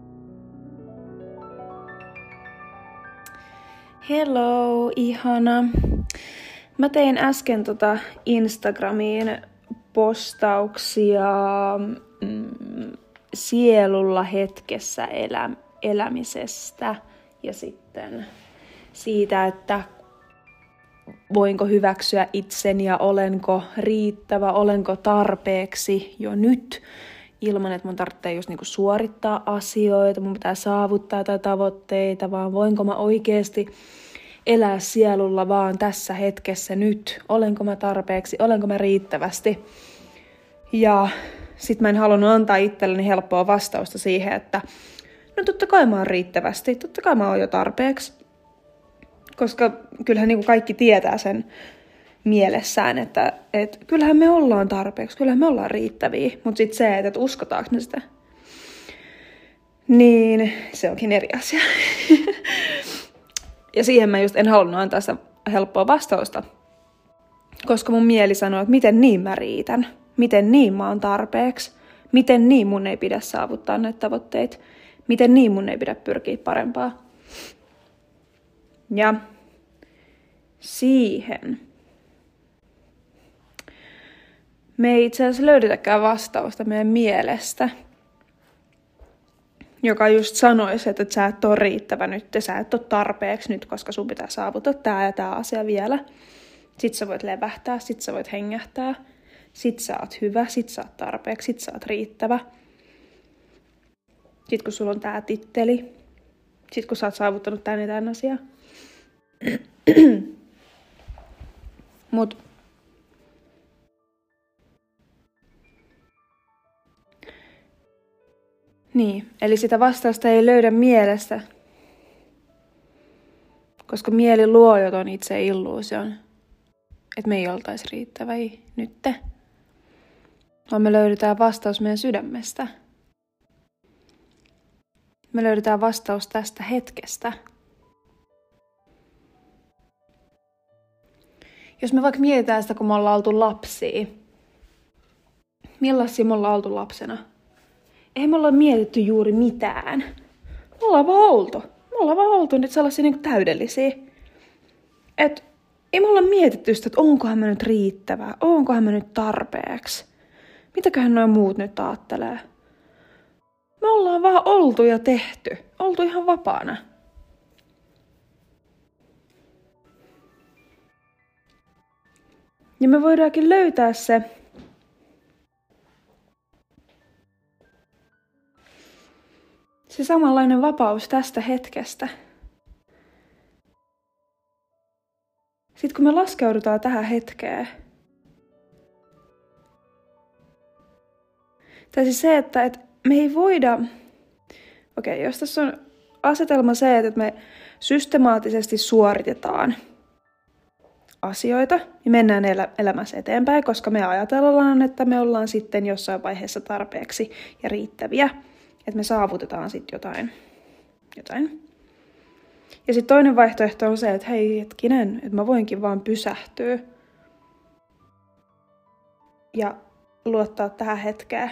Hello, ihana. Mä tein äsken Instagramiin postauksia sielulla hetkessä elämisestä ja sitten siitä, että voinko hyväksyä itseni ja olenko riittävä, olenko tarpeeksi jo nyt, ilman että mun tarvitsee just niinku suorittaa asioita, mun pitää saavuttaa jotain tavoitteita, vaan voinko mä oikeasti elää sielulla vaan tässä hetkessä nyt, olenko mä tarpeeksi, olenko mä riittävästi. Ja sit mä en halunnut antaa itselleni helppoa vastausta siihen, että no totta kai mä oon riittävästi, totta kai mä oon jo tarpeeksi. Koska kyllähän niinku kaikki tietää sen mielessään, että kyllähän me ollaan tarpeeksi, kyllähän me ollaan riittäviä. Mutta sitten se, että uskotaanko me sitä, niin se onkin eri asia. Ja siihen mä just en halunnut antaa sitä helppoa vastausta. Koska mun mieli sanoo, että miten niin mä riitän, miten niin mä oon tarpeeksi, miten niin mun ei pidä saavuttaa näitä tavoitteita, miten niin mun ei pidä pyrkiä parempaa. Ja siihen me ei itse asiassa löydetäkään vastausta meidän mielestä, joka just sanoisi, että sä et ole riittävä nyt, sä et ole tarpeeksi nyt, koska sun pitää saavuttaa tää ja tää asia vielä. Sit sä voit levähtää, sit sä voit hengähtää, sit sä oot hyvä, sit sä oot tarpeeksi, sit sä oot riittävä. Sit kun sulla on tää titteli, sit kun sä oot saavuttanut tän ja tän asiaa. Mut niin, eli sitä vastausta ei löydä mielestä, koska mieli luo jo ton itse illuusion, että me ei oltaisi riittäviä nytte, vaan me löydetään vastaus meidän sydämestä. Me löydetään vastaus tästä hetkestä. Jos me vaikka mietitään sitä, kun me ollaan oltu lapsia, millaisia me ollaan oltu lapsena? Eihän me olla mietitty juuri mitään. Me ollaan vaan oltu. Me ollaan vaan oltu nyt sellaisia niin täydellisiä. Et ei me olla mietitty sitä, että onkohan mä nyt riittävää, onkohan mä nyt tarpeeksi. Mitäköhän nuo muut nyt ajattelee? Me ollaan vaan oltu ja tehty. Oltu ihan vapaana. Ja me voidaankin löytää se samanlainen vapaus tästä hetkestä. Sitten kun me laskeudutaan tähän hetkeen. Tai siis se, että me ei voida. Okei, jos tässä on asetelma se, että me systemaattisesti suoritetaan asioita ja mennään elämässä eteenpäin, koska me ajatellaan, että me ollaan sitten jossain vaiheessa tarpeeksi ja riittäviä. Että me saavutetaan sitten jotain. Ja sitten toinen vaihtoehto on se, että hei hetkinen, että mä voinkin vaan pysähtyä ja luottaa tähän hetkeen.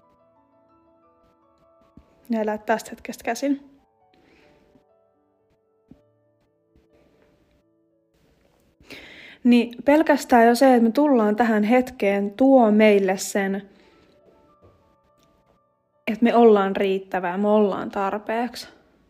Ja elää tästä hetkestä käsin. Niin pelkästään jo se, että me tullaan tähän hetkeen, tuo meille sen, että me ollaan riittävää, me ollaan tarpeeksi.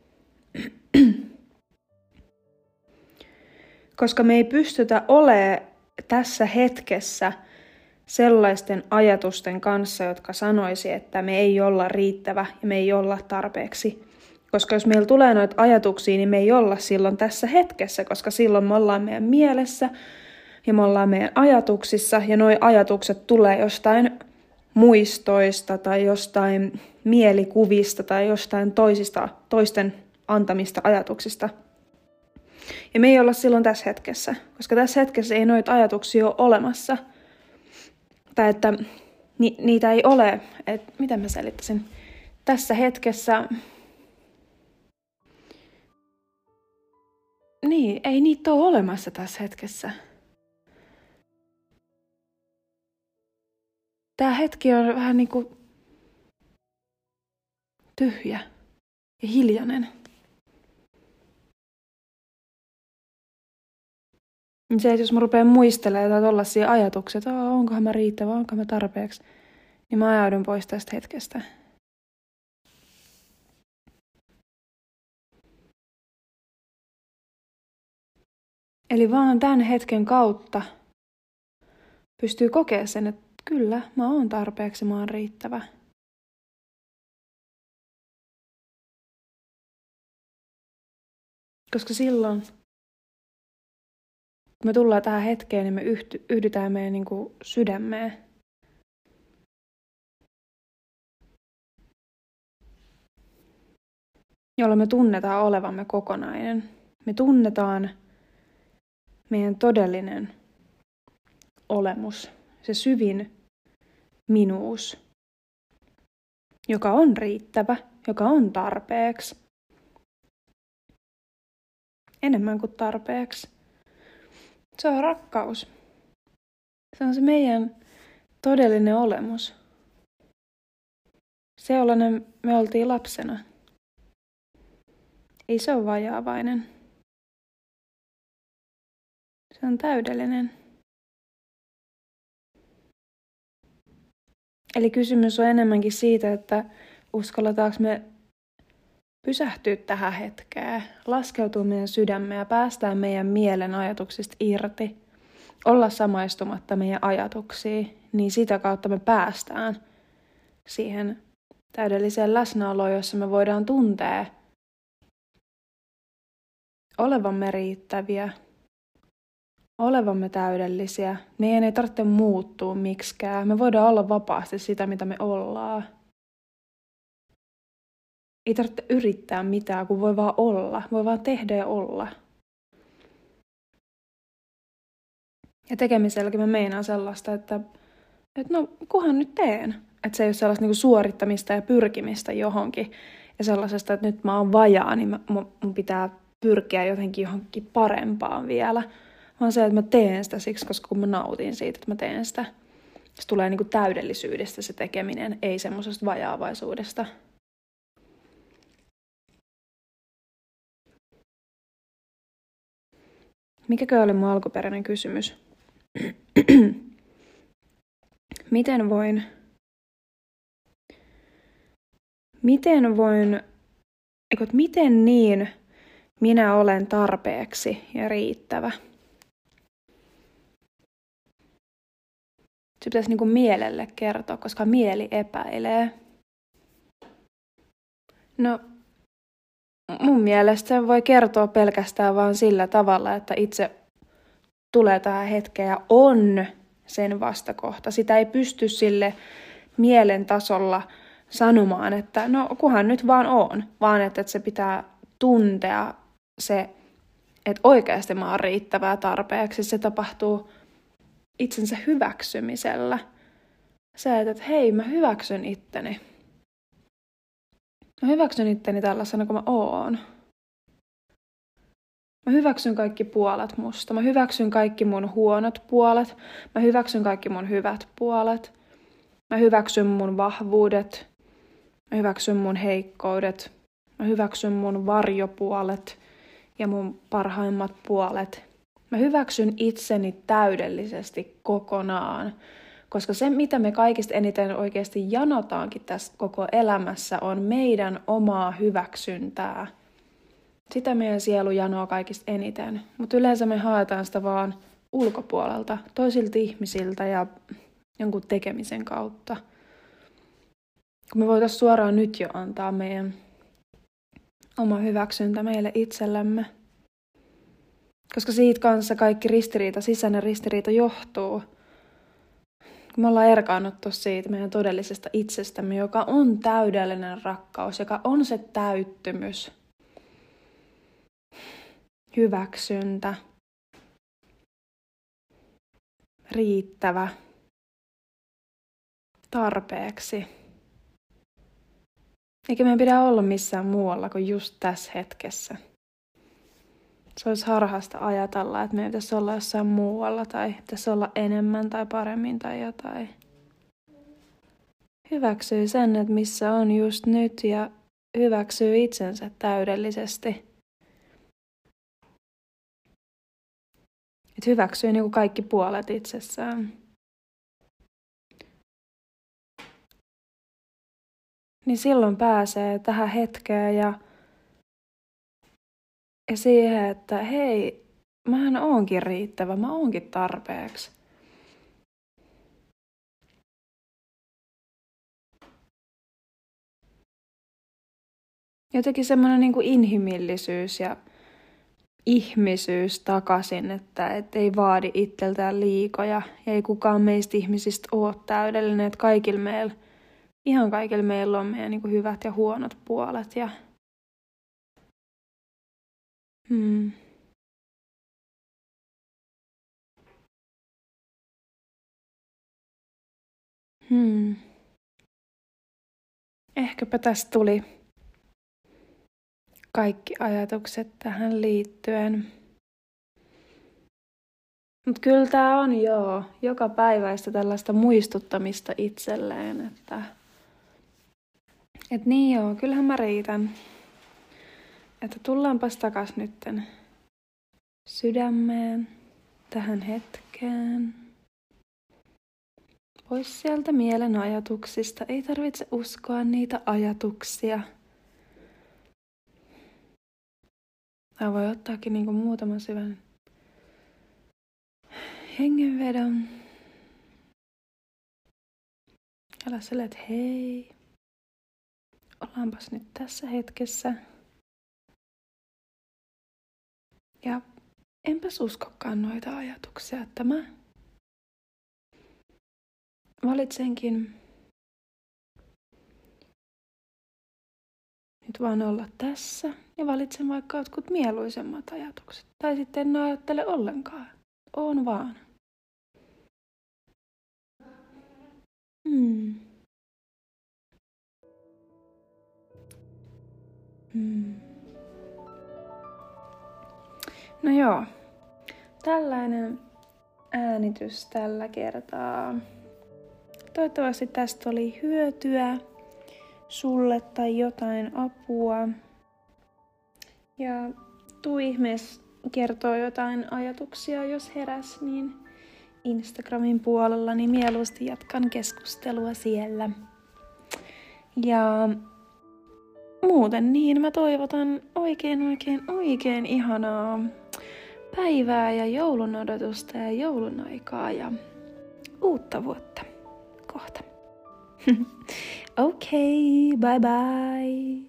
Koska me ei pystytä olemaan tässä hetkessä sellaisten ajatusten kanssa, jotka sanoisi, että me ei olla riittävä ja me ei olla tarpeeksi. Koska jos meillä tulee noita ajatuksia, niin me ei olla silloin tässä hetkessä, koska silloin me ollaan meidän mielessä ja me ollaan meidän ajatuksissa ja nuo ajatukset tulee jostain muistoista tai jostain mielikuvista tai jostain toisten antamista ajatuksista. Ja me ei olla silloin tässä hetkessä, koska tässä hetkessä ei noita ajatuksia ole olemassa. Tai että niitä ei ole, että miten mä selittäisin, tässä hetkessä, niin ei niitä ole olemassa tässä hetkessä. Tää hetki on vähän niinku tyhjä. ja hiljainen. Se, että jos mä rupean muistelemaan jotain tollaisia ajatuksia, että onkohan mä riittävä, onkohan mä tarpeeksi, niin mä ajaudun pois tästä hetkestä. Eli vaan tämän hetken kautta pystyy kokemaan sen, että kyllä, mä oon tarpeeksi, mä oon riittävä. Koska silloin, kun me tullaan tähän hetkeen, niin me yhdytään meidän niin kuin sydämeen. Jolloin me tunnetaan olevamme kokonainen. Me tunnetaan meidän todellinen olemus, se syvin minuus, joka on riittävä, joka on tarpeeksi. Enemmän kuin tarpeeksi. Se on rakkaus. Se on se meidän todellinen olemus. Sellainen me oltiin lapsena. Ei se ole vajaavainen. Se on täydellinen. Eli kysymys on enemmänkin siitä, että uskalletaanko me pysähtyä tähän hetkeen, laskeutua meidän sydämeen ja päästään meidän mielen ajatuksista irti, olla samaistumatta meidän ajatuksiin, niin sitä kautta me päästään siihen täydelliseen läsnäoloon, jossa me voidaan tuntea olevamme riittäviä, olevamme täydellisiä. Meidän ei tarvitse muuttua miksikään. Me voidaan olla vapaasti sitä, mitä me ollaan. Ei tarvitse yrittää mitään, kun voi vaan olla. Voi vaan tehdä ja olla. Ja tekemiselläkin mä meinaan sellaista, että no kunhan nyt teen. Että se ei ole sellaista niin kuin suorittamista ja pyrkimistä johonkin. Ja sellaisesta, että nyt mä oon vajaa, niin mun pitää pyrkiä jotenkin johonkin parempaan vielä. Vaan se, että mä teen sitä siksi, koska kun mä nautin siitä, että mä teen sitä. Se tulee niin kuin täydellisyydestä se tekeminen, ei semmoisesta vajaavaisuudesta. Mikäkö oli mun alkuperäinen kysymys? Miten niin minä olen tarpeeksi ja riittävä? Se pitäisi niin kuin mielelle kertoa, koska mieli epäilee. No, mun mielestä se voi kertoa pelkästään vaan sillä tavalla, että itse tulee tähän hetkeen ja on sen vastakohta. Sitä ei pysty sille mielen tasolla sanomaan, että no kunhan nyt vaan on, vaan että se pitää tuntea se, että oikeasti mä oon riittävää tarpeeksi. Se tapahtuu itsensä hyväksymisellä. Se, että hei, mä hyväksyn itteni. Mä hyväksyn itteni tällaisena kuin mä oon. Mä hyväksyn kaikki puolet musta. Mä hyväksyn kaikki mun huonot puolet. Mä hyväksyn kaikki mun hyvät puolet. Mä hyväksyn mun vahvuudet. Mä hyväksyn mun heikkoudet. Mä hyväksyn mun varjopuolet ja mun parhaimmat puolet. Mä hyväksyn itseni täydellisesti kokonaan. Koska se, mitä me kaikista eniten oikeasti janotaankin tässä koko elämässä, on meidän omaa hyväksyntää. Sitä meidän sielu janoo kaikista eniten. Mutta yleensä me haetaan sitä vaan ulkopuolelta, toisilta ihmisiltä ja jonkun tekemisen kautta. Kun me voitaisiin suoraan nyt jo antaa meidän oma hyväksyntä meille itsellemme. Koska siitä kanssa kaikki ristiriita, sisäinen ristiriita johtuu. Kun me ollaan erkaannuttu siitä meidän todellisesta itsestämme, joka on täydellinen rakkaus, joka on se täyttymys, hyväksyntä, riittävä, tarpeeksi. Eikä meidän pidä olla missään muualla kuin just tässä hetkessä. Se olisi harhasta ajatella, että meidän pitäisi olla jossain muualla tai pitäisi olla enemmän tai paremmin tai jotain. Hyväksyy sen, että missä on just nyt ja hyväksyy itsensä täydellisesti. Että hyväksyy niin kuin kaikki puolet itsessään. Niin silloin pääsee tähän hetkeen ja siihen, että hei, mähän oonkin riittävä, mä oonkin tarpeeksi. Jotenkin semmoinen niin kuin inhimillisyys ja ihmisyys takaisin, että ei vaadi itseltään liikoja ja ei kukaan meistä ihmisistä ole täydellinen, että ihan kaikilla meillä on meidän niin kuin hyvät ja huonot puolet. Ja Ehkäpä tästä tuli kaikki ajatukset tähän liittyen. Mutta kyllä tämä on joka päiväistä tällaista muistuttamista itselleen, että kyllähän mä riitän. Että tullaanpas takas nytten sydämeen, tähän hetkeen. Pois sieltä mielen ajatuksista, ei tarvitse uskoa niitä ajatuksia. Tai voi ottaakin niinku muutaman syvän hengenvedon. Älä sille, että hei, ollaanpas nyt tässä hetkessä. Ja enpäs uskokaan noita ajatuksia, että mä valitsenkin nyt vaan olla tässä ja valitsen vaikka jotkut mieluisemmat ajatukset. Tai sitten en ajattele ollenkaan. Oon vaan. No joo, tällainen äänitys tällä kertaa. Toivottavasti tästä oli hyötyä sulle tai jotain apua. Ja tuu ihmeessä kertoo jotain ajatuksia, jos heräs, niin Instagramin puolella niin mieluusti jatkan keskustelua siellä. Ja muuten niin mä toivotan oikein ihanaa päivää ja joulun odotusta ja joulun aikaa ja uutta vuotta kohta. Okei, bye bye.